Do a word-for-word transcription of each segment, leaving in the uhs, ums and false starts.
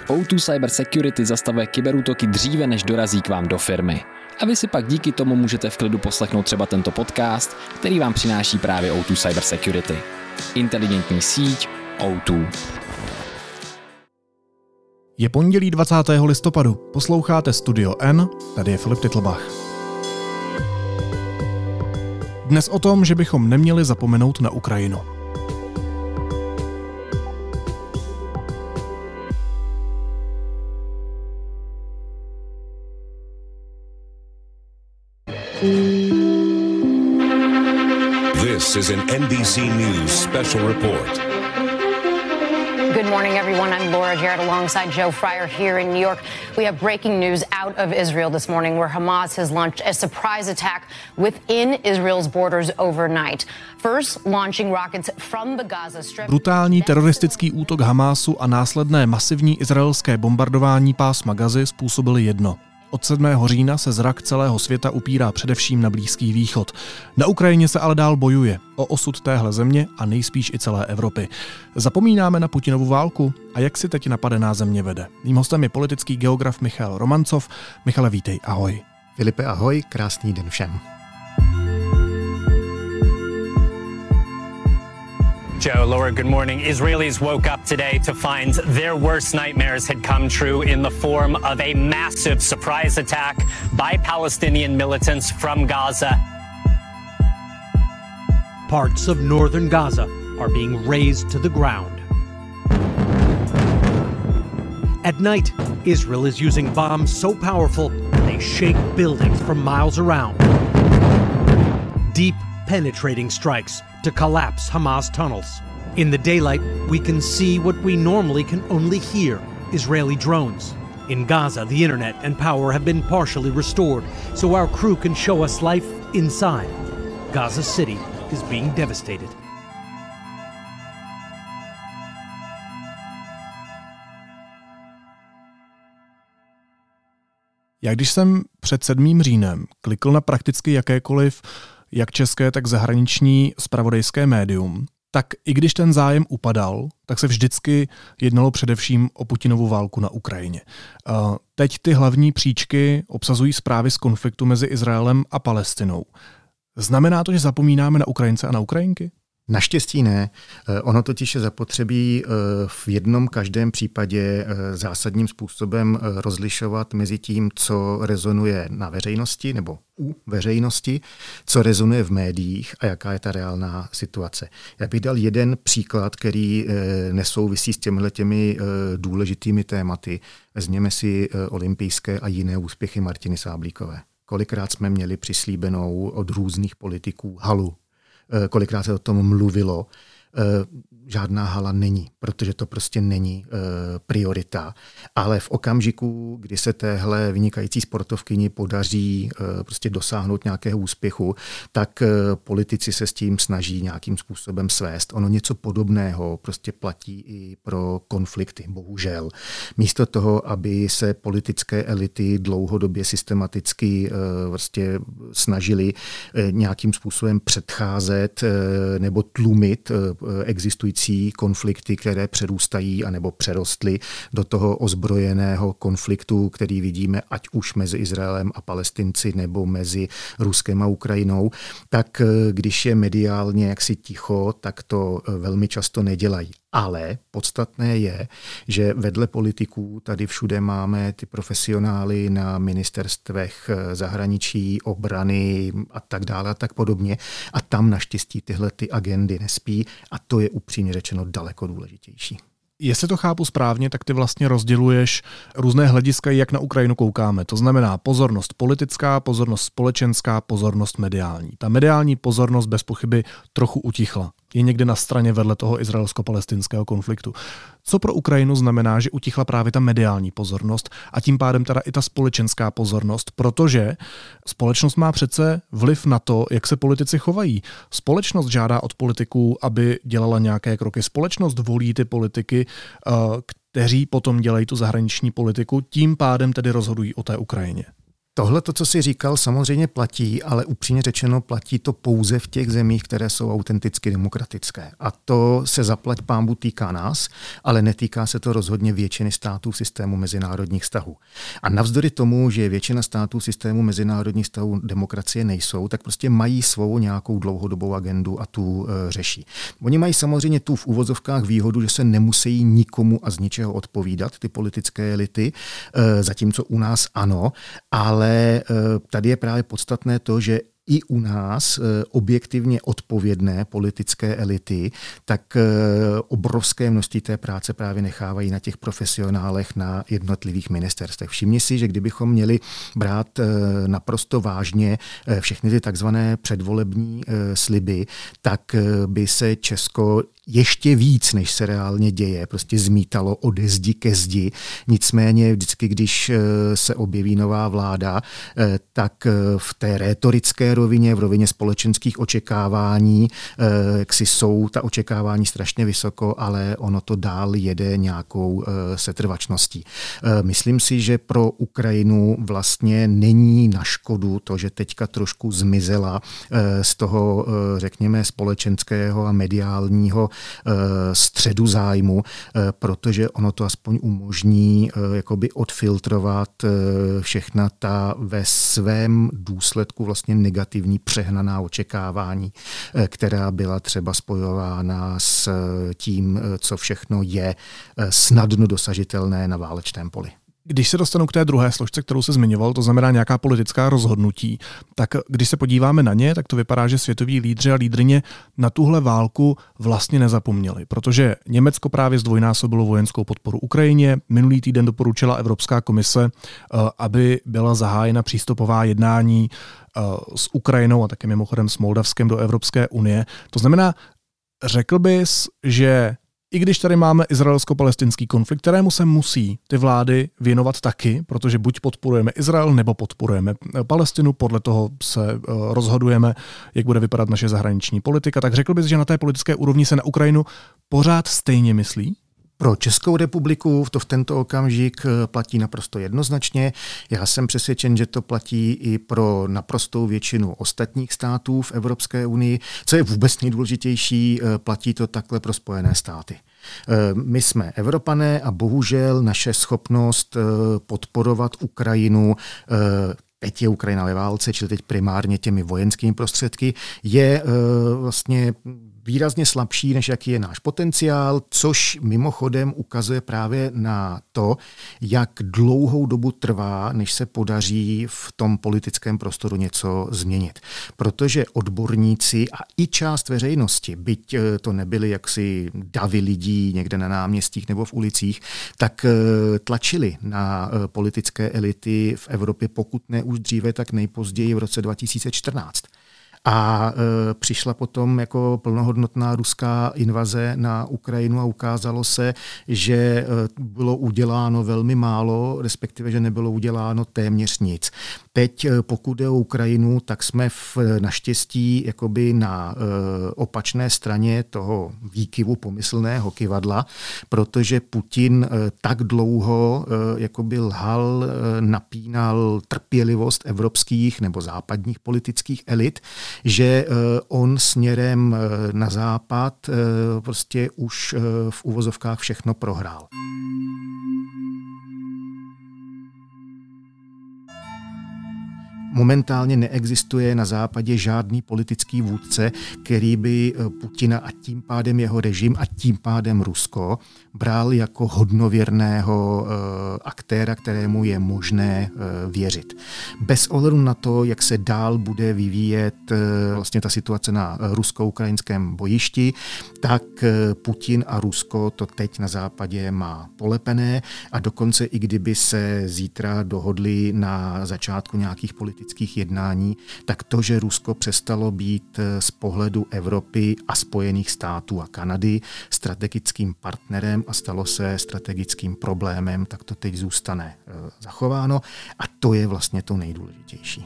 ó dva Cyber Security zastavuje kyberútoky dříve, než dorazí k vám do firmy. A vy si pak díky tomu můžete v klidu poslechnout třeba tento podcast, který vám přináší právě ó dva Cyber Security. Inteligentní síť ó dva. Je pondělí dvacátého listopadu, posloucháte Studio N, tady je Filip Titlbach. Dnes o tom, že bychom neměli zapomenout na Ukrajinu. This is an N B C News special report. Good morning, everyone. I'm Laura Jarrett alongside Joe Fryer here in New York. We have breaking news out of Israel this morning where Hamas has launched a surprise attack within Israel's borders overnight. First, launching rockets from the Gaza Strip. Brutální teroristický útok Hamásu a následné masivní izraelské bombardování pásma Gazy způsobily jedno. Od sedmého října se zrak celého světa upírá především na Blízký východ. Na Ukrajině se ale dál bojuje o osud téhle země a nejspíš i celé Evropy. Zapomínáme na Putinovu válku a jak si teď napadená země vede. Mým hostem je politický geograf Michal Romancov. Michale, vítej, ahoj. Filipe, ahoj, krásný den všem. Joe, Laura, good morning. Israelis woke up today to find their worst nightmares had come true in the form of a massive surprise attack by Palestinian militants from Gaza. Parts of northern Gaza are being razed to the ground. At night, Israel is using bombs so powerful they shake buildings from miles around. Deep, penetrating strikes to collapse Hamas tunnels. In the daylight, we can see what we normally can only hear, Israeli drones. In Gaza, the internet and power have been partially restored, so our crew can show us life inside. Gaza City is being devastated. Já když jsem před sedmým říjnem klikl na prakticky jakékoliv jak české, tak zahraniční zpravodajské médium, tak i když ten zájem upadal, tak se vždycky jednalo především o Putinovu válku na Ukrajině. Teď ty hlavní příčky obsazují zprávy z konfliktu mezi Izraelem a Palestinou. Znamená to, že zapomínáme na Ukrajince a na Ukrajinky? Naštěstí ne. Ono totiž je zapotřebí v jednom každém případě zásadním způsobem rozlišovat mezi tím, co rezonuje na veřejnosti nebo u veřejnosti, co rezonuje v médiích a jaká je ta reálná situace. Já bych dal jeden příklad, který nesouvisí s těmi těmi důležitými tématy. Vezměme si olympijské a jiné úspěchy Martiny Sáblíkové. Kolikrát jsme měli přislíbenou od různých politiků halu. Kolikrát se o tom mluvilo. Žádná hala není, protože to prostě není priorita. Ale v okamžiku, kdy se téhle vynikající sportovkyni podaří prostě dosáhnout nějakého úspěchu, tak politici se s tím snaží nějakým způsobem svést. Ono něco podobného prostě platí i pro konflikty, bohužel. Místo toho, aby se politické elity dlouhodobě systematicky prostě snažili nějakým způsobem předcházet nebo tlumit existující konflikty, které přerůstají anebo přerostly do toho ozbrojeného konfliktu, který vidíme ať už mezi Izraelem a Palestinci nebo mezi Ruskem a Ukrajinou, tak když je mediálně jaksi ticho, tak to velmi často nedělají. Ale podstatné je, že vedle politiků tady všude máme ty profesionály na ministerstvech zahraničí, obrany a tak dále a tak podobně. A tam naštěstí tyhle ty agendy nespí a to je upřímně řečeno daleko důležitější. Jestli to chápu správně, tak ty vlastně rozděluješ různé hlediska, jak na Ukrajinu koukáme. To znamená pozornost politická, pozornost společenská, pozornost mediální. Ta mediální pozornost bez pochyby trochu utichla. Je někde na straně vedle toho izraelsko-palestinského konfliktu. Co pro Ukrajinu znamená, že utichla právě ta mediální pozornost a tím pádem teda i ta společenská pozornost, protože společnost má přece vliv na to, jak se politici chovají. Společnost žádá od politiků, aby dělala nějaké kroky. Společnost volí ty politiky, kteří potom dělají tu zahraniční politiku, tím pádem tedy rozhodují o té Ukrajině. Tohle, to, co jsi říkal, samozřejmě platí, ale upřímně řečeno platí to pouze v těch zemích, které jsou autenticky demokratické. A to se zaplať pánbu týká nás, ale netýká se to rozhodně většiny států v systému mezinárodních vztahů. A navzdory tomu, že většina států v systému mezinárodních vztahů demokracie nejsou, tak prostě mají svou nějakou dlouhodobou agendu a tu e, řeší. Oni mají samozřejmě tu v uvozovkách výhodu, že se nemusí nikomu a z ničeho odpovídat, ty politické elity, e, zatímco u nás ano, ale Ale tady je právě podstatné to, že i u nás objektivně odpovědné politické elity, tak obrovské množství té práce právě nechávají na těch profesionálech na jednotlivých ministerstvech. Všimni si, že kdybychom měli brát naprosto vážně všechny ty takzvané předvolební sliby, tak by se Česko ještě víc, než se reálně děje, prostě zmítalo ode zdi ke zdi. Nicméně vždycky, když se objeví nová vláda, tak v té rétorické rovině, v rovině společenských očekávání, jak si jsou ta očekávání strašně vysoko, ale ono to dál jede nějakou setrvačností. Myslím si, že pro Ukrajinu vlastně není na škodu to, že teďka trošku zmizela z toho, řekněme, společenského a mediálního středu zájmu, protože ono to aspoň umožní jakoby odfiltrovat všechna ta ve svém důsledku vlastně negativní přehnaná očekávání, která byla třeba spojována s tím, co všechno je snadno dosažitelné na válečném poli. Když se dostanu k té druhé složce, kterou se zmiňoval, to znamená nějaká politická rozhodnutí, tak když se podíváme na ně, tak to vypadá, že světoví lídři a lídryně na tuhle válku vlastně nezapomněli, protože Německo právě zdvojnásobilo vojenskou podporu Ukrajině. Minulý týden doporučila Evropská komise, aby byla zahájena přístupová jednání s Ukrajinou a také mimochodem s Moldavskem do Evropské unie. To znamená, řekl bys, že i když tady máme izraelsko-palestinský konflikt, kterému se musí ty vlády věnovat taky, protože buď podporujeme Izrael, nebo podporujeme Palestinu, podle toho se rozhodujeme, jak bude vypadat naše zahraniční politika, tak řekl bys, že na té politické úrovni se na Ukrajinu pořád stejně myslí? Pro Českou republiku to v tento okamžik platí naprosto jednoznačně. Já jsem přesvědčen, že to platí i pro naprostou většinu ostatních států v Evropské unii. Co je vůbec nejdůležitější, platí to takhle pro Spojené státy. My jsme Evropané a bohužel naše schopnost podporovat Ukrajinu, teď je Ukrajina ve válce, čili teď primárně těmi vojenskými prostředky, je vlastně výrazně slabší, než jaký je náš potenciál, což mimochodem ukazuje právě na to, jak dlouhou dobu trvá, než se podaří v tom politickém prostoru něco změnit. Protože odborníci a i část veřejnosti, byť to nebyly jaksi davy lidí někde na náměstích nebo v ulicích, tak tlačili na politické elity v Evropě, pokud ne už dříve, tak nejpozději v roce dva tisíce čtrnáct. A e, přišla potom jako plnohodnotná ruská invaze na Ukrajinu a ukázalo se, že e, bylo uděláno velmi málo, respektive, že nebylo uděláno téměř nic. Teď, e, pokud jde o Ukrajinu, tak jsme v, naštěstí jakoby na e, opačné straně toho výkyvu pomyslného kyvadla, protože Putin e, tak dlouho e, jakoby lhal, e, napínal trpělivost evropských nebo západních politických elit, že on směrem na západ prostě už v uvozovkách všechno prohrál. Momentálně neexistuje na západě žádný politický vůdce, který by Putina a tím pádem jeho režim a tím pádem Rusko bral jako hodnověrného aktéra, kterému je možné věřit. Bez ohledu na to, jak se dál bude vyvíjet vlastně ta situace na rusko-ukrajinském bojišti, tak Putin a Rusko to teď na západě má polepené a dokonce i kdyby se zítra dohodli na začátku nějakých politických jednání, tak to, že Rusko přestalo být z pohledu Evropy a Spojených států a Kanady strategickým partnerem a stalo se strategickým problémem, tak to teď zůstane zachováno a to je vlastně to nejdůležitější.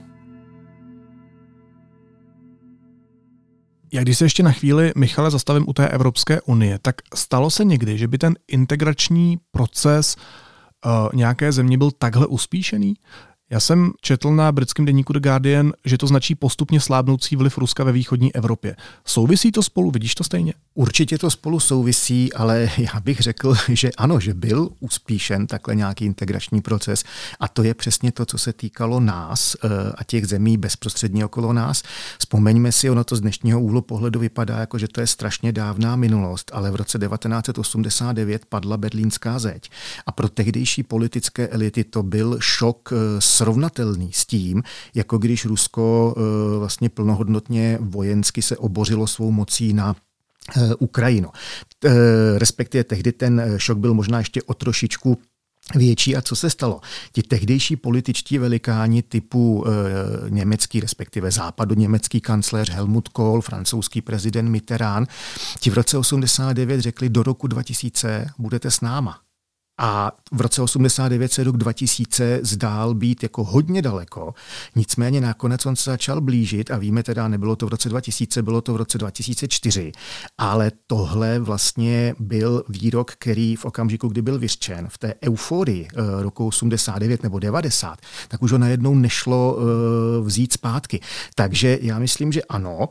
Já když se ještě na chvíli, Michale, zastavím u té Evropské unie, tak stalo se někdy, že by ten integrační proces uh, nějaké země byl takhle uspíšený? Já jsem četl na britském deníku The Guardian, že to značí postupně slábnoucí vliv Ruska ve východní Evropě. Souvisí to spolu? Vidíš to stejně? Určitě to spolu souvisí, ale já bych řekl, že ano, že byl uspíšen takhle nějaký integrační proces a to je přesně to, co se týkalo nás a těch zemí bezprostředně okolo nás. Vzpomeňme si, ono to z dnešního úhlu pohledu vypadá jako, že to je strašně dávná minulost, ale v roce devatenáct set osmdesát devět padla Berlínská zeď a pro tehdejší politické elity to byl šok srovnatelný s tím, jako když Rusko vlastně plnohodnotně vojensky se obořilo svou mocí na Ukrajinu. Respektive tehdy ten šok byl možná ještě o trošičku větší. A co se stalo? Ti tehdejší političtí velikáni typu e, německý, respektive západoněmecký kancléř Helmut Kohl, francouzský prezident Mitterrand, ti v roce osmdesát devět řekli, do roku dva tisíce budete s náma. A v roce osmdesát devět se rok dva tisíce zdál být jako hodně daleko, nicméně nakonec on se začal blížit a víme teda, nebylo to v roce dva tisíce, bylo to v roce dva tisíce čtyři, ale tohle vlastně byl výrok, který v okamžiku, kdy byl vyřčen v té euforii roku osmdesát devět nebo devadesát, tak už ho najednou nešlo vzít zpátky. Takže já myslím, že ano,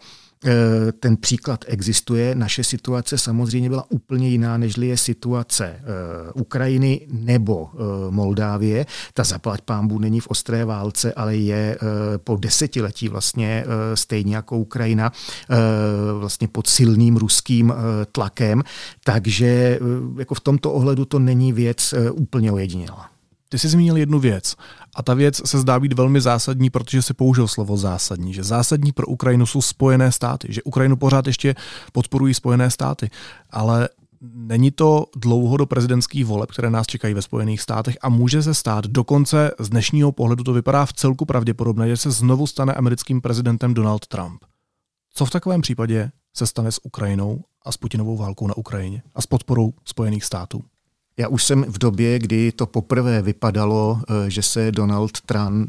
ten příklad existuje. Naše situace samozřejmě byla úplně jiná, nežli je situace Ukrajiny nebo Moldávie. Ta zaplať pánbůh není v ostré válce, ale je po desetiletí vlastně stejně jako Ukrajina vlastně pod silným ruským tlakem. Takže jako v tomto ohledu to není věc úplně ojedinělá. Ty jsi zmínil jednu věc a ta věc se zdá být velmi zásadní, protože se použil slovo zásadní, že zásadní pro Ukrajinu jsou Spojené státy, že Ukrajinu pořád ještě podporují Spojené státy, ale není to dlouho do prezidentských voleb, které nás čekají ve Spojených státech a může se stát, dokonce z dnešního pohledu to vypadá v celku pravděpodobné, že se znovu stane americkým prezidentem Donald Trump. Co v takovém případě se stane s Ukrajinou a s Putinovou válkou na Ukrajině a s podporou Spojených států? Já už jsem v době, kdy to poprvé vypadalo, že se Donald Trump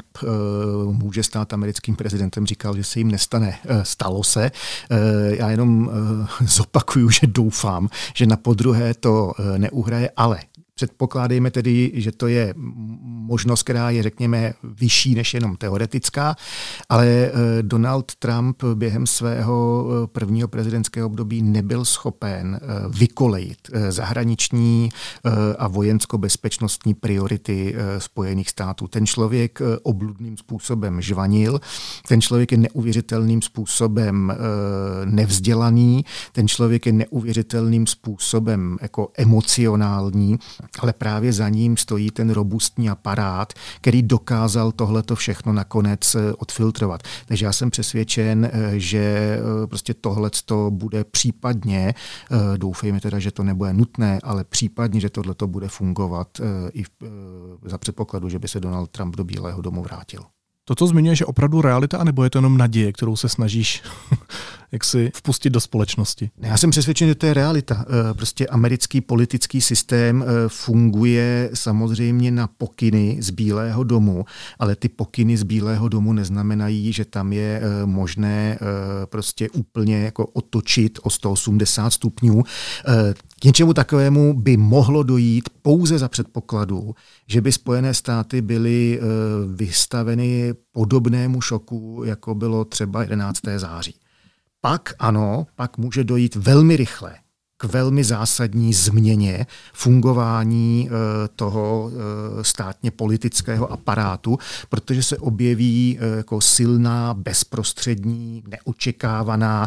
může stát americkým prezidentem, říkal, že se jim nestane. Stalo se. Já jenom zopakuju, že doufám, že na podruhé to neuhraje, ale předpokládejme tedy, že to je možnost, která je, řekněme, vyšší než jenom teoretická, ale Donald Trump během svého prvního prezidentského období nebyl schopen vykolejit zahraniční a vojensko-bezpečnostní priority Spojených států. Ten člověk obludným způsobem žvanil, ten člověk je neuvěřitelným způsobem nevzdělaný, ten člověk je neuvěřitelným způsobem jako emocionální, ale právě za ním stojí ten robustní aparát, který dokázal tohleto všechno nakonec odfiltrovat. Takže já jsem přesvědčen, že prostě tohleto bude případně, doufejme teda, že to nebude nutné, ale případně, že tohleto bude fungovat i za předpokladu, že by se Donald Trump do Bílého domu vrátil. To, co zmiňuješ, je opravdu realita, anebo je to jenom naděje, kterou se snažíš jak si vpustit do společnosti? Já jsem přesvědčen, že to je realita. Prostě americký politický systém funguje samozřejmě na pokyny z Bílého domu, ale ty pokyny z Bílého domu neznamenají, že tam je možné prostě úplně jako otočit o sto osmdesát stupňů. K něčemu takovému by mohlo dojít pouze za předpokladu, že by Spojené státy byly vystaveny podobnému šoku, jako bylo třeba jedenáctého září. Pak ano, pak může dojít velmi rychle k velmi zásadní změně fungování toho státně politického aparátu, protože se objeví jako silná, bezprostřední, neočekávaná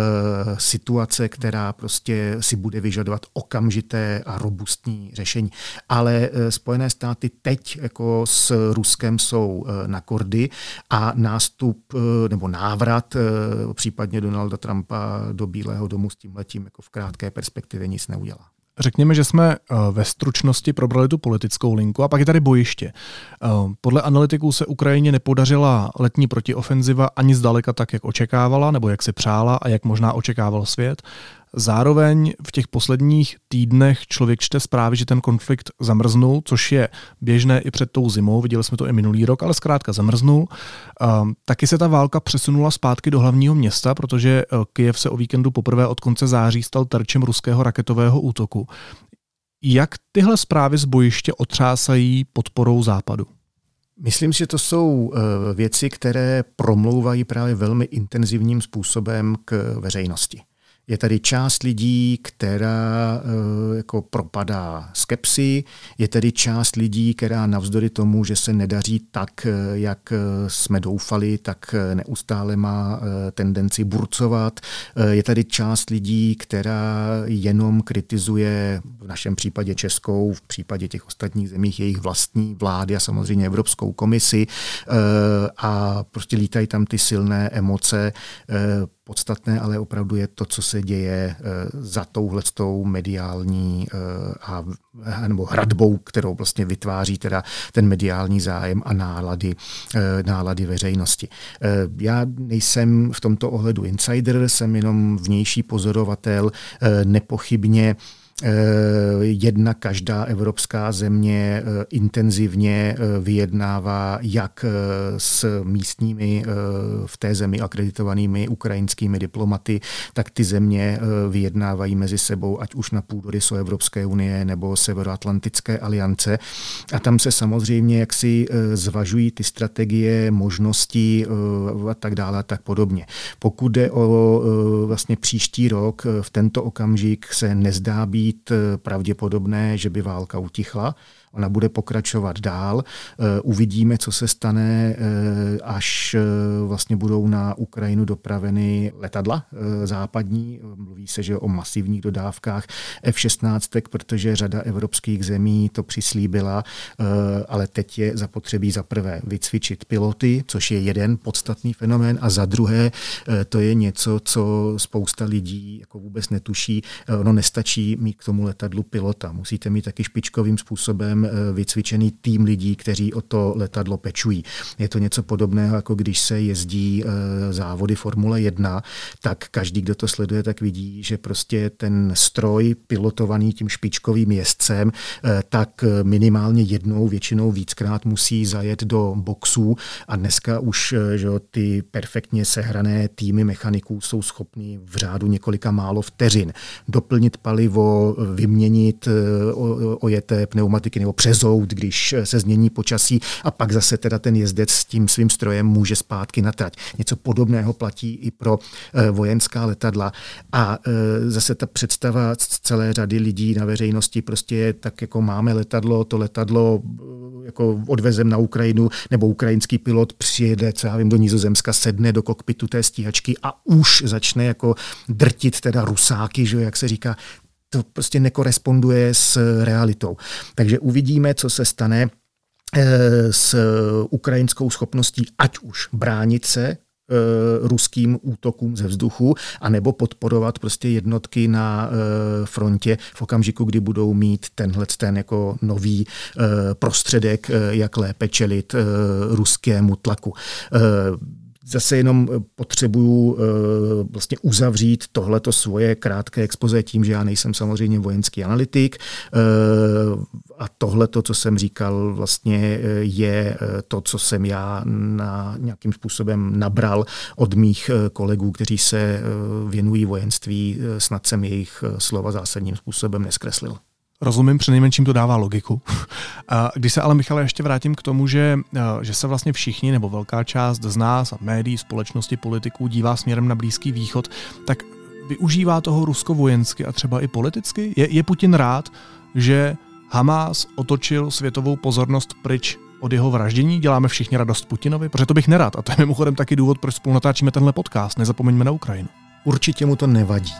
situace, která prostě si bude vyžadovat okamžité a robustní řešení. Ale Spojené státy teď jako s Ruskem jsou na kordy a nástup nebo návrat případně Donalda Trumpa do Bílého domu s tímhletím jako v krátké perspektivě nic neudělá. Řekněme, že jsme ve stručnosti probrali tu politickou linku a pak je tady bojiště. Podle analytiků se Ukrajině nepodařila letní protiofenziva ani zdaleka tak, jak očekávala, nebo jak si přála a jak možná očekával svět. Zároveň v těch posledních týdnech člověk čte zprávy, že ten konflikt zamrznul, což je běžné i před tou zimou, viděli jsme to i minulý rok, ale zkrátka zamrznul. Taky se ta válka přesunula zpátky do hlavního města, protože Kyjev se o víkendu poprvé od konce září stal terčem ruského raketového útoku. Jak tyhle zprávy z bojiště otřásají podporou Západu? Myslím si, že to jsou věci, které promlouvají právě velmi intenzivním způsobem k veřejnosti. Je tady část lidí, která e, jako propadá skepsi, je tady část lidí, která navzdory tomu, že se nedaří tak, jak jsme doufali, tak neustále má e, tendenci burcovat. E, je tady část lidí, která jenom kritizuje, v našem případě českou, v případě těch ostatních zemích jejich vlastní vlády a samozřejmě Evropskou komisi e, a prostě lítají tam ty silné emoce. E, Podstatné ale opravdu je to, co se děje za touhletou mediální a, nebo hradbou, kterou vlastně vytváří teda ten mediální zájem a nálady, nálady veřejnosti. Já nejsem v tomto ohledu insider, jsem jenom vnější pozorovatel, nepochybně jedna každá evropská země intenzivně vyjednává jak s místními v té zemi akreditovanými ukrajinskými diplomaty, tak ty země vyjednávají mezi sebou, ať už na půdorysu Evropské unie nebo Severoatlantické aliance. A tam se samozřejmě jaksi zvažují ty strategie, možnosti a tak dále a tak podobně. Pokud jde o vlastně příští rok, v tento okamžik se nezdá být pravděpodobné, že by válka utichla. Ona bude pokračovat dál. Uvidíme, co se stane, až vlastně budou na Ukrajinu dopraveny letadla západní. Mluví se, že o masivních dodávkách F šestnáct, protože řada evropských zemí to přislíbila, ale teď je zapotřebí za prvé vycvičit piloty, což je jeden podstatný fenomén, a za druhé to je něco, co spousta lidí jako vůbec netuší. Ono nestačí mít k tomu letadlu pilota. Musíte mít taky špičkovým způsobem vycvičený tým lidí, kteří o to letadlo pečují. Je to něco podobného, jako když se jezdí závody Formule jedna, tak každý, kdo to sleduje, tak vidí, že prostě ten stroj pilotovaný tím špičkovým jezdcem, tak minimálně jednou, většinou víckrát musí zajet do boxů a dneska už že ty perfektně sehrané týmy mechaniků jsou schopní v řádu několika málo vteřin doplnit palivo, vyměnit ojeté pneumatiky nebo přezout, když se změní počasí, a pak zase teda ten jezdec s tím svým strojem může zpátky na trať. Něco podobného platí i pro vojenská letadla. A zase ta představa z celé řady lidí na veřejnosti prostě je tak, jako máme letadlo, to letadlo jako odvezem na Ukrajinu, nebo ukrajinský pilot přijede, co já vím, do Nizozemska, sedne do kokpitu té stíhačky a už začne jako drtit teda rusáky, že jak se říká. To prostě nekoresponduje s realitou. Takže uvidíme, co se stane s ukrajinskou schopností, ať už bránit se ruským útokům ze vzduchu, anebo podporovat prostě jednotky na frontě v okamžiku, kdy budou mít tenhle ten jako nový prostředek, jak lépe čelit ruskému tlaku. Zase jenom potřebuju vlastně uzavřít tohleto svoje krátké expoze tím, že já nejsem samozřejmě vojenský analytik a tohleto, co jsem říkal, vlastně je to, co jsem já na nějakým způsobem nabral od mých kolegů, kteří se věnují vojenství, snad jsem jejich slova zásadním způsobem neskreslil. Rozumím, přinejmenším to dává logiku. Když se ale, Michale, ještě vrátím k tomu, že, že se vlastně všichni nebo velká část z nás a médií, společnosti, politiků dívá směrem na Blízký východ, tak využívá toho Rusko vojensky a třeba i politicky? Je, je Putin rád, že Hamás otočil světovou pozornost pryč od jeho vraždění? Děláme všichni radost Putinovi? Protože to bych nerad. A to je mimochodem taky důvod, proč spolu natáčíme tenhle podcast. Nezapomeňme na Ukrajinu. Určitě mu to nevadí.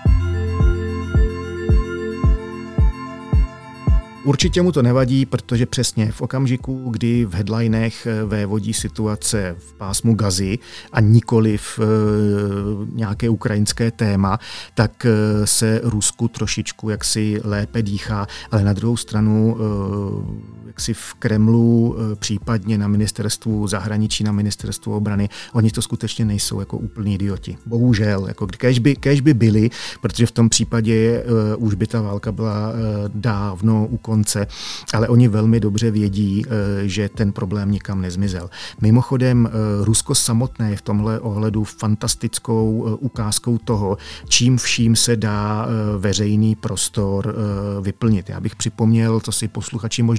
Určitě mu to nevadí, protože přesně v okamžiku, kdy v headlinech vévodí situace v pásmu Gazy a nikoliv e, nějaké ukrajinské téma, tak se Rusku trošičku jaksi lépe dýchá, ale na druhou stranu e, jaksi v Kremlu, e, případně na ministerstvu zahraničí, na ministerstvu obrany, oni to skutečně nejsou jako úplní idioti. Bohužel, jako kéž by, kéž by byli, protože v tom případě e, už by ta válka byla e, dávno ukončena konce, ale oni velmi dobře vědí, že ten problém nikam nezmizel. Mimochodem, Rusko samotné je v tomhle ohledu fantastickou ukázkou toho, čím vším se dá veřejný prostor vyplnit. Já bych připomněl, co si posluchači možná vybaví,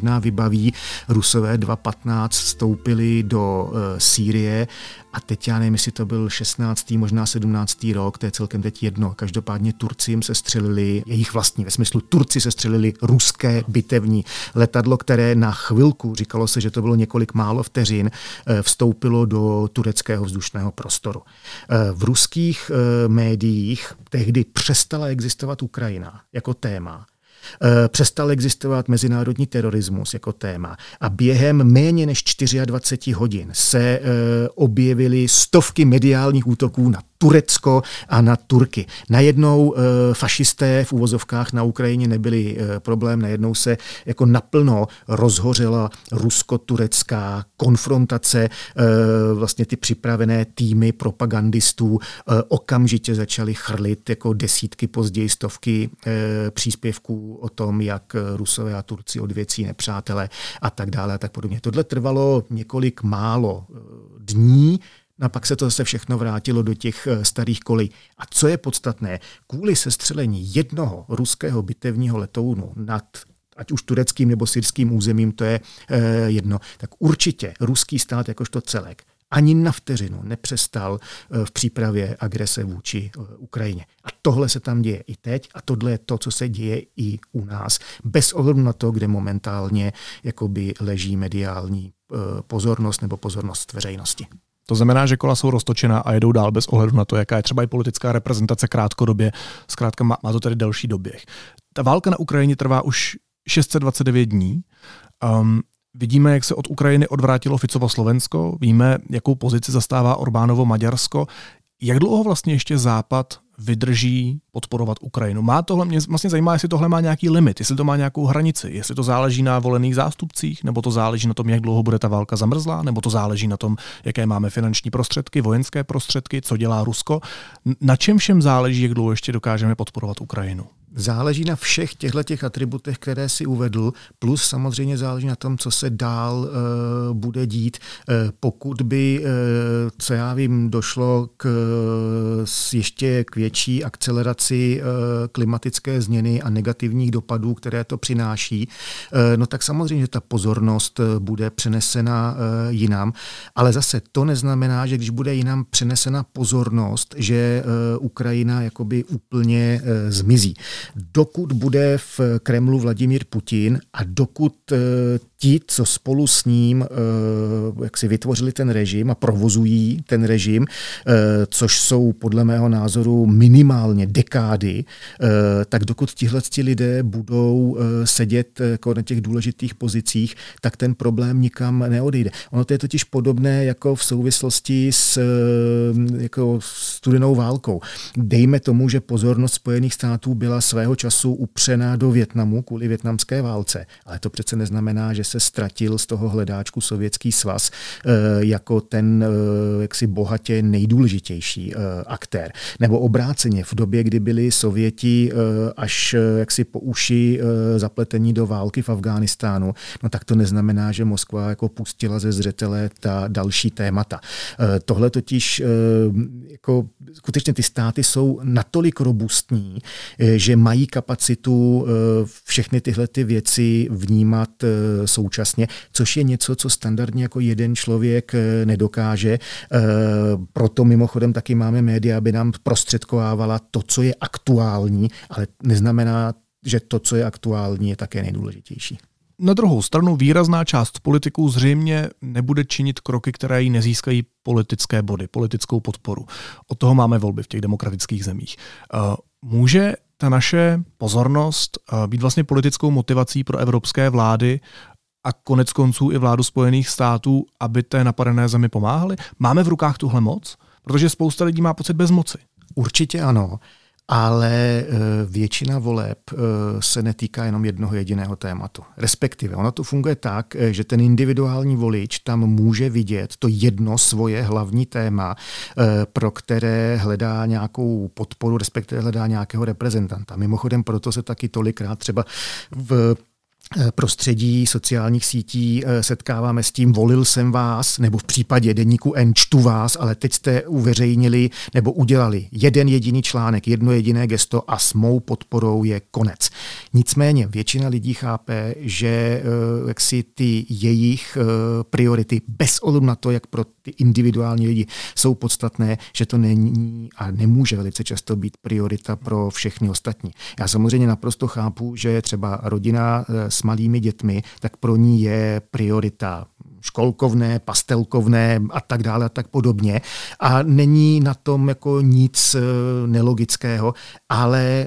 baví. Rusové dva tisíce patnáct vstoupili do uh, Sýrie a teď já nevím, jestli to byl šestnáctý, možná sedmnáctý rok, to je celkem teď jedno. Každopádně Turci jim se střelili, jejich vlastní, ve smyslu Turci se střelili ruské bitevní letadlo, které na chvilku, říkalo se, že to bylo několik málo vteřin, vstoupilo do tureckého vzdušného prostoru. V ruských médiích tehdy přestala existovat Ukrajina jako téma. Přestal existovat mezinárodní terorismus jako téma a během méně než dvacet čtyři hodin se objevily stovky mediálních útoků na Turecko a na Turky. Najednou e, fašisté v uvozovkách na Ukrajině nebyli e, problém, najednou se jako naplno rozhořela rusko-turecká konfrontace, e, vlastně ty připravené týmy propagandistů e, okamžitě začaly chrlit jako desítky, později stovky e, příspěvků o tom, jak Rusové a Turci odvěcí nepřátelé a tak dále a tak podobně. Tohle trvalo několik málo dní, a pak se to zase všechno vrátilo do těch starých kolejí. A co je podstatné, kvůli sestřelení jednoho ruského bitevního letounu nad ať už tureckým nebo syrským územím, to je eh, jedno, tak určitě ruský stát jakožto celek ani na vteřinu nepřestal v přípravě agrese vůči Ukrajině. A tohle se tam děje i teď a tohle je to, co se děje i u nás. Bez ohledu na to, kde momentálně jakoby leží mediální pozornost nebo pozornost veřejnosti. To znamená, že kola jsou roztočená a jedou dál bez ohledu na to, jaká je třeba i politická reprezentace krátkodobě. Zkrátka má, má to tedy delší doběh. Ta válka na Ukrajině trvá už šest set dvacet devět dní. Um, vidíme, jak se od Ukrajiny odvrátilo Ficovo Slovensko, víme, jakou pozici zastává Orbánovo Maďarsko. Jak dlouho vlastně ještě Západ vydrží podporovat Ukrajinu? Má tohle, mě vlastně zajímá, jestli tohle má nějaký limit, jestli to má nějakou hranici, jestli to záleží na volených zástupcích, nebo to záleží na tom, jak dlouho bude ta válka zamrzlá, nebo to záleží na tom, jaké máme finanční prostředky, vojenské prostředky, co dělá Rusko. Na čem všem záleží, jak dlouho ještě dokážeme podporovat Ukrajinu? Záleží na všech těchto atributech, které si uvedl, plus samozřejmě záleží na tom, co se dál uh, bude dít. Uh, pokud by, uh, co já vím, došlo k uh, ještě k větší akceleraci uh, klimatické změny a negativních dopadů, které to přináší, uh, no tak samozřejmě, že ta pozornost uh, bude přenesena uh, jinam. Ale zase to neznamená, že když bude jinam přenesena pozornost, že uh, Ukrajina jakoby úplně uh, zmizí. Dokud bude v Kremlu Vladimír Putin a dokud uh, ti, co spolu s ním uh, jak si vytvořili ten režim a provozují ten režim, uh, což jsou podle mého názoru minimálně dekády, uh, tak dokud tihleti lidé budou uh, sedět uh, na těch důležitých pozicích, tak ten problém nikam neodejde. Ono to je totiž podobné jako v souvislosti s uh, jako studenou válkou. Dejme tomu, že pozornost Spojených států byla svého času upřená do Vietnamu kvůli vietnamské válce, ale to přece neznamená, že se ztratil z toho hledáčku Sovětský svaz jako ten jaksi bohatě nejdůležitější aktér. Nebo obráceně v době, kdy byli Sověti až jaksi po uši zapletení do války v Afghánistánu, no tak to neznamená, že Moskva jako pustila ze zřetele ta další témata. Tohle totiž jako skutečně ty státy jsou natolik robustní, že mají kapacitu všechny tyhle ty věci vnímat současně, což je něco, co standardně jako jeden člověk nedokáže. Proto mimochodem taky máme média, aby nám prostředkovávala to, co je aktuální, ale neznamená, že to, co je aktuální, je také nejdůležitější. Na druhou stranu výrazná část politiků zřejmě nebude činit kroky, které jí nezískají politické body, politickou podporu. Od toho máme volby v těch demokratických zemích. Může ta naše pozornost být vlastně politickou motivací pro evropské vlády a konec konců i vládu Spojených států, aby té napadené zemi pomáhali? Máme v rukách tuhle moc? Protože spousta lidí má pocit bezmoci. Určitě ano. Ale většina voleb se netýká jenom jednoho jediného tématu. Respektive ono to funguje tak, že ten individuální volič tam může vidět to jedno svoje hlavní téma, pro které hledá nějakou podporu, respektive hledá nějakého reprezentanta. Mimochodem proto se taky tolikrát třeba v prostředí sociálních sítí setkáváme s tím, volil jsem vás, nebo v případě deníku N čtu vás, ale teď jste uveřejnili nebo udělali jeden jediný článek, jedno jediné gesto a s mou podporou je konec. Nicméně většina lidí chápe, že jaksi ty jejich priority, bez ohledu na to, jak pro ty individuální lidi jsou podstatné, že to není a nemůže velice často být priorita pro všechny ostatní. Já samozřejmě naprosto chápu, že třeba rodina s malými dětmi, tak pro ní je priorita školkovné, pastelkovné a tak dále a tak podobně. A není na tom jako nic nelogického, ale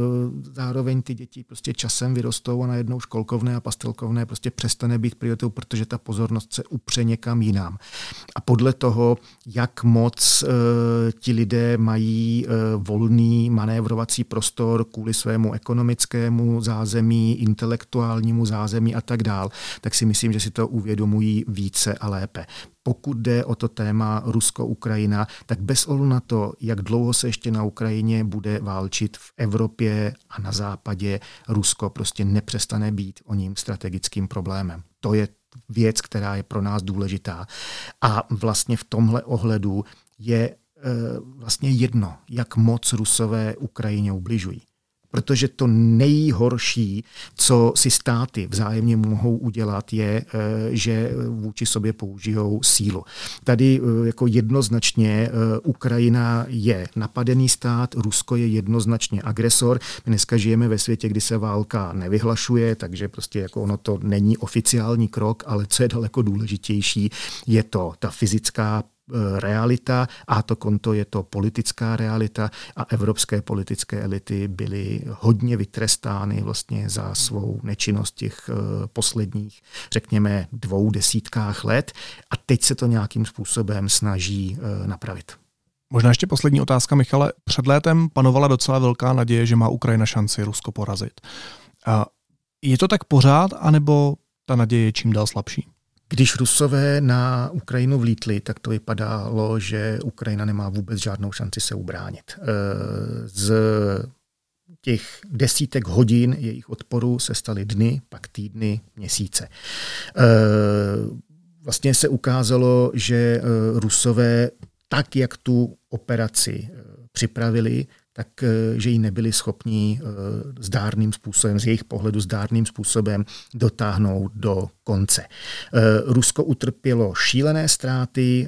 zároveň ty děti prostě časem vyrostou a najednou školkovné a pastelkovné prostě přestane být prioritou, protože ta pozornost se upře někam jinam. A podle toho, jak moc ti lidé mají volný manévrovací prostor kvůli svému ekonomickému zázemí, intelektuálnímu zázemí a tak dál, tak si myslím, že si to uvědomují více a lépe. Pokud jde o to téma Rusko-Ukrajina, tak bez ohledu na to, jak dlouho se ještě na Ukrajině bude válčit, v Evropě a na západě Rusko prostě nepřestane být o ním strategickým problémem. To je věc, která je pro nás důležitá. A vlastně v tomhle ohledu je e, vlastně jedno, jak moc Rusové Ukrajině ubližují. Protože to nejhorší, co si státy vzájemně mohou udělat, je, že vůči sobě použijou sílu. Tady jako jednoznačně Ukrajina je napadený stát, Rusko je jednoznačně agresor. My dneska žijeme ve světě, kdy se válka nevyhlašuje, takže prostě jako ono to není oficiální krok, ale co je daleko důležitější, je to ta fyzická realita a to konto je to politická realita a evropské politické elity byly hodně vytrestány vlastně za svou nečinnost těch posledních, řekněme, dvou desítkách let a teď se to nějakým způsobem snaží napravit. Možná ještě poslední otázka, Michale. Před létem panovala docela velká naděje, že má Ukrajina šanci Rusko porazit. Je to tak pořád, anebo ta naděje je čím dál slabší? Když Rusové na Ukrajinu vlítli, tak to vypadalo, že Ukrajina nemá vůbec žádnou šanci se ubránit. Z těch desítek hodin jejich odporu se staly dny, pak týdny, měsíce. Vlastně se ukázalo, že Rusové tak, jak tu operaci připravili, tak že ji nebyli schopni zdárným způsobem, z jejich pohledu zdárným způsobem dotáhnout do konce. Rusko utrpělo šílené ztráty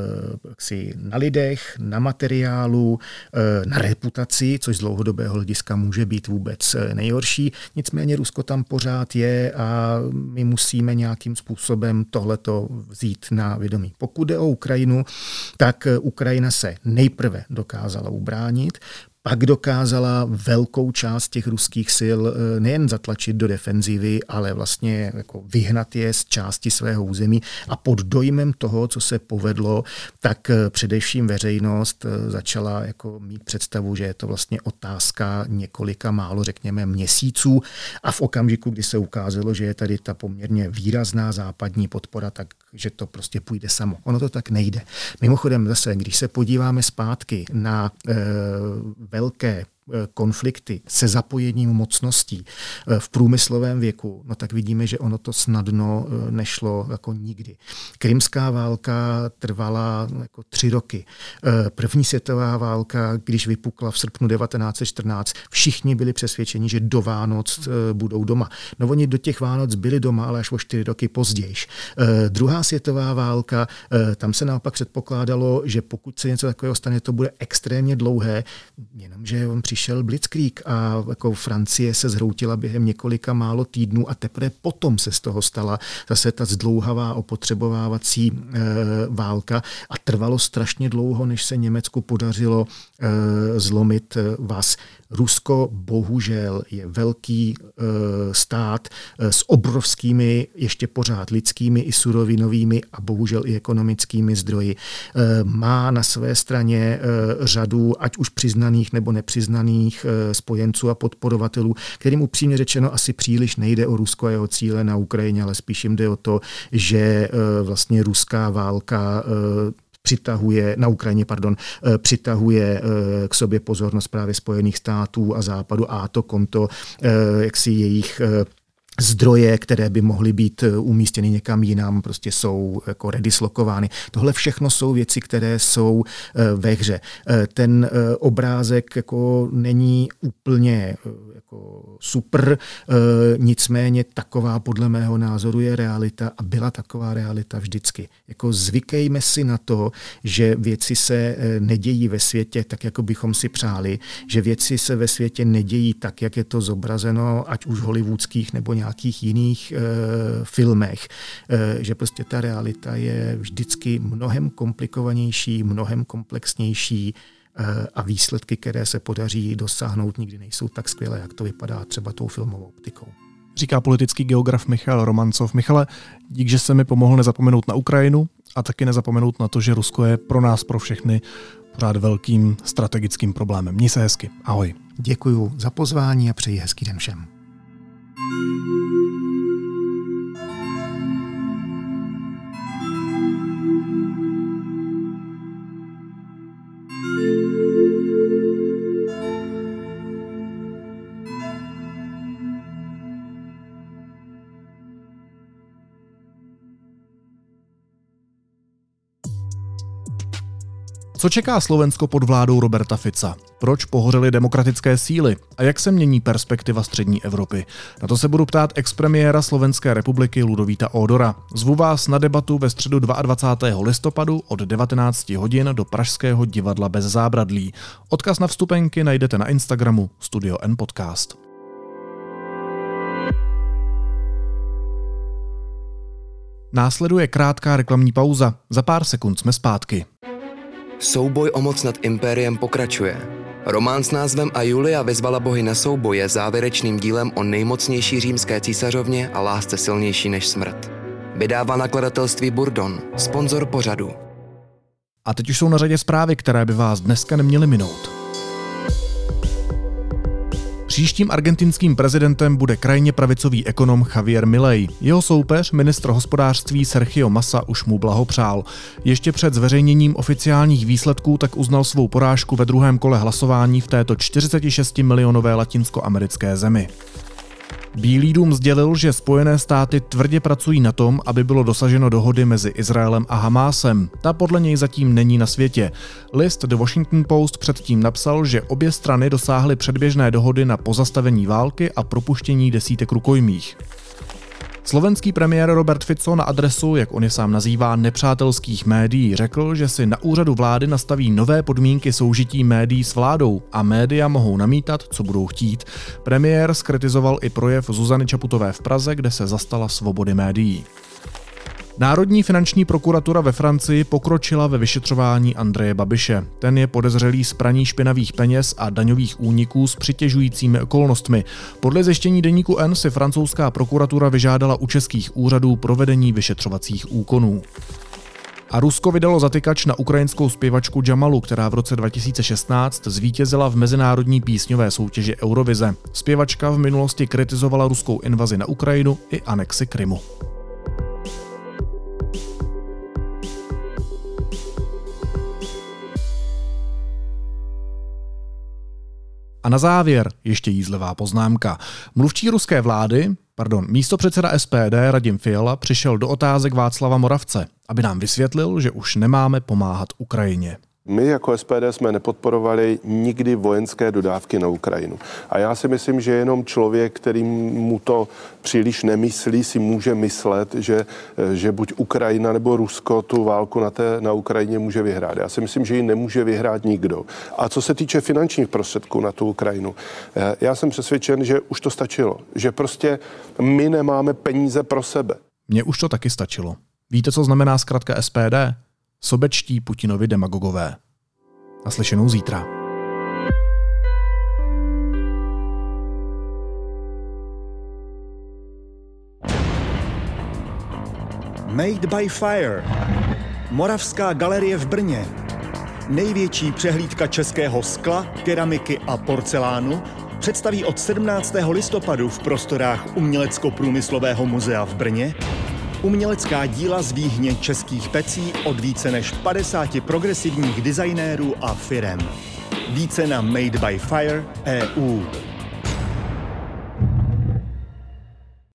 na lidech, na materiálu, na reputaci, což z dlouhodobého hlediska může být vůbec nejhorší. Nicméně Rusko tam pořád je a my musíme nějakým způsobem tohleto vzít na vědomí. Pokud jde o Ukrajinu, tak Ukrajina se nejprve dokázala ubránit, pak dokázala velkou část těch ruských sil nejen zatlačit do defenzivy, ale vlastně jako vyhnat je z části svého území a pod dojmem toho, co se povedlo, tak především veřejnost začala jako mít představu, že je to vlastně otázka několika málo, řekněme, měsíců a v okamžiku, kdy se ukázalo, že je tady ta poměrně výrazná západní podpora, tak že to prostě půjde samo. Ono to tak nejde. Mimochodem zase, když se podíváme zpátky na e, velké konflikty se zapojením mocností v průmyslovém věku, no tak vidíme, že ono to snadno nešlo jako nikdy. Krymská válka trvala jako tři roky. První světová válka, když vypukla v srpnu devatenáct set čtrnáct, všichni byli přesvědčeni, že do Vánoc budou doma. No oni do těch Vánoc byli doma, ale až o čtyři roky později. Druhá světová válka, tam se naopak předpokládalo, že pokud se něco takového stane, to bude extrémně dlouhé, jenomže on přišel blitzkrieg a jako Francie se zhroutila během několika málo týdnů a teprve potom se z toho stala zase ta zdlouhavá opotřebovávací e, válka a trvalo strašně dlouho, než se Německu podařilo e, zlomit e, vaz. Rusko bohužel je velký e, stát e, s obrovskými ještě pořád lidskými i surovinovými a bohužel i ekonomickými zdroji. E, má na své straně e, řadu ať už přiznaných nebo nepřiznaných e, spojenců a podporovatelů, kterým upřímně řečeno asi příliš nejde o Rusko a jeho cíle na Ukrajině, ale spíš jim jde o to, že e, vlastně ruská válka e, přitahuje, na Ukrajině, pardon, přitahuje k sobě pozornost právě Spojených států a Západu a to konto jaksi jejich zdroje, které by mohly být umístěny někam jinam, prostě jsou jako redislokovány. Tohle všechno jsou věci, které jsou ve hře. Ten obrázek jako není úplně jako super, nicméně taková podle mého názoru je realita a byla taková realita vždycky. Jako zvykejme si na to, že věci se nedějí ve světě tak, jako bychom si přáli, že věci se ve světě nedějí tak, jak je to zobrazeno, ať už hollywoodských nebo nějakých jiných e, filmech, e, že prostě ta realita je vždycky mnohem komplikovanější, mnohem komplexnější e, a výsledky, které se podaří dosáhnout, nikdy nejsou tak skvělé, jak to vypadá třeba tou filmovou optikou. Říká politický geograf Michal Romancov. Michale, dík, že se mi pomohl nezapomenout na Ukrajinu a taky nezapomenout na to, že Rusko je pro nás, pro všechny pořád velkým strategickým problémem. Měj se hezky. Ahoj. Děkuju za pozvání a přeji hezký den všem. Co čeká Slovensko pod vládou Roberta Fica? Proč pohořely demokratické síly? A jak se mění perspektiva střední Evropy? Na to se budu ptát expremiéra Slovenské republiky Ludovíta Ódora. Zvu vás na debatu ve středu dvacátého druhého listopadu od devatenáct hodin do Pražského divadla Bez zábradlí. Odkaz na vstupenky najdete na Instagramu Studio N Podcast. Následuje krátká reklamní pauza. Za pár sekund jsme zpátky. Souboj o moc nad impériem pokračuje. Román s názvem A Julia vyzvala bohy na souboj je závěrečným dílem o nejmocnější římské císařovně a lásce silnější než smrt. Vydává nakladatelství Burdon, sponzor pořadu. A teď už jsou na řadě zprávy, které by vás dneska neměly minout. Příštím argentinským prezidentem bude krajně pravicový ekonom Javier Milei. Jeho soupeř, ministr hospodářství Sergio Massa, už mu blahopřál. Ještě před zveřejněním oficiálních výsledků tak uznal svou porážku ve druhém kole hlasování v této čtyřicetišestimilionové latinskoamerické zemi. Bílý dům sdělil, že Spojené státy tvrdě pracují na tom, aby bylo dosaženo dohody mezi Izraelem a Hamásem. Ta podle něj zatím není na světě. List The Washington Post předtím napsal, že obě strany dosáhly předběžné dohody na pozastavení války a propuštění desítek rukojmích. Slovenský premiér Robert Fico na adresu, jak on je sám nazývá, nepřátelských médií řekl, že si na úřadu vlády nastaví nové podmínky soužití médií s vládou a média mohou namítat, co budou chtít. Premiér zkritizoval i projev Zuzany Čaputové v Praze, kde se zastala svobody médií. Národní finanční prokuratura ve Francii pokročila ve vyšetřování Andreje Babiše. Ten je podezřelý z praní špinavých peněz a daňových úniků s přitěžujícími okolnostmi. Podle zjištění deníku N si francouzská prokuratura vyžádala u českých úřadů provedení vyšetřovacích úkonů. A Rusko vydalo zatykač na ukrajinskou zpěvačku Jamalu, která v roce dva tisíce šestnáct zvítězila v mezinárodní písňové soutěži Eurovize. Zpěvačka v minulosti kritizovala ruskou invazi na Ukrajinu i anexi Krymu. A na závěr ještě jízlivá poznámka. Mluvčí ruské vlády, pardon, místopředseda S P D Radim Fiala přišel do otázek Václava Moravce, aby nám vysvětlil, že už nemáme pomáhat Ukrajině. My jako S P D jsme nepodporovali nikdy vojenské dodávky na Ukrajinu. A já si myslím, že jenom člověk, který mu to příliš nemyslí, si může myslet, že, že buď Ukrajina nebo Rusko tu válku na, té, na Ukrajině může vyhrát. Já si myslím, že ji nemůže vyhrát nikdo. A co se týče finančních prostředků na tu Ukrajinu, já jsem přesvědčen, že už to stačilo. Že prostě my nemáme peníze pro sebe. Mně už to taky stačilo. Víte, co znamená zkratka S P D? Sobečtí Putinovi demagogové. Naslyšenou zítra. Made by Fire. Moravská galerie v Brně. Největší přehlídka českého skla, keramiky a porcelánu představí od sedmnáctého listopadu v prostorách Umělecko-průmyslového muzea v Brně umělecká díla z výhně českých pecí od více než padesáti progresivních designérů a firem. Více na made by fire tečka e u.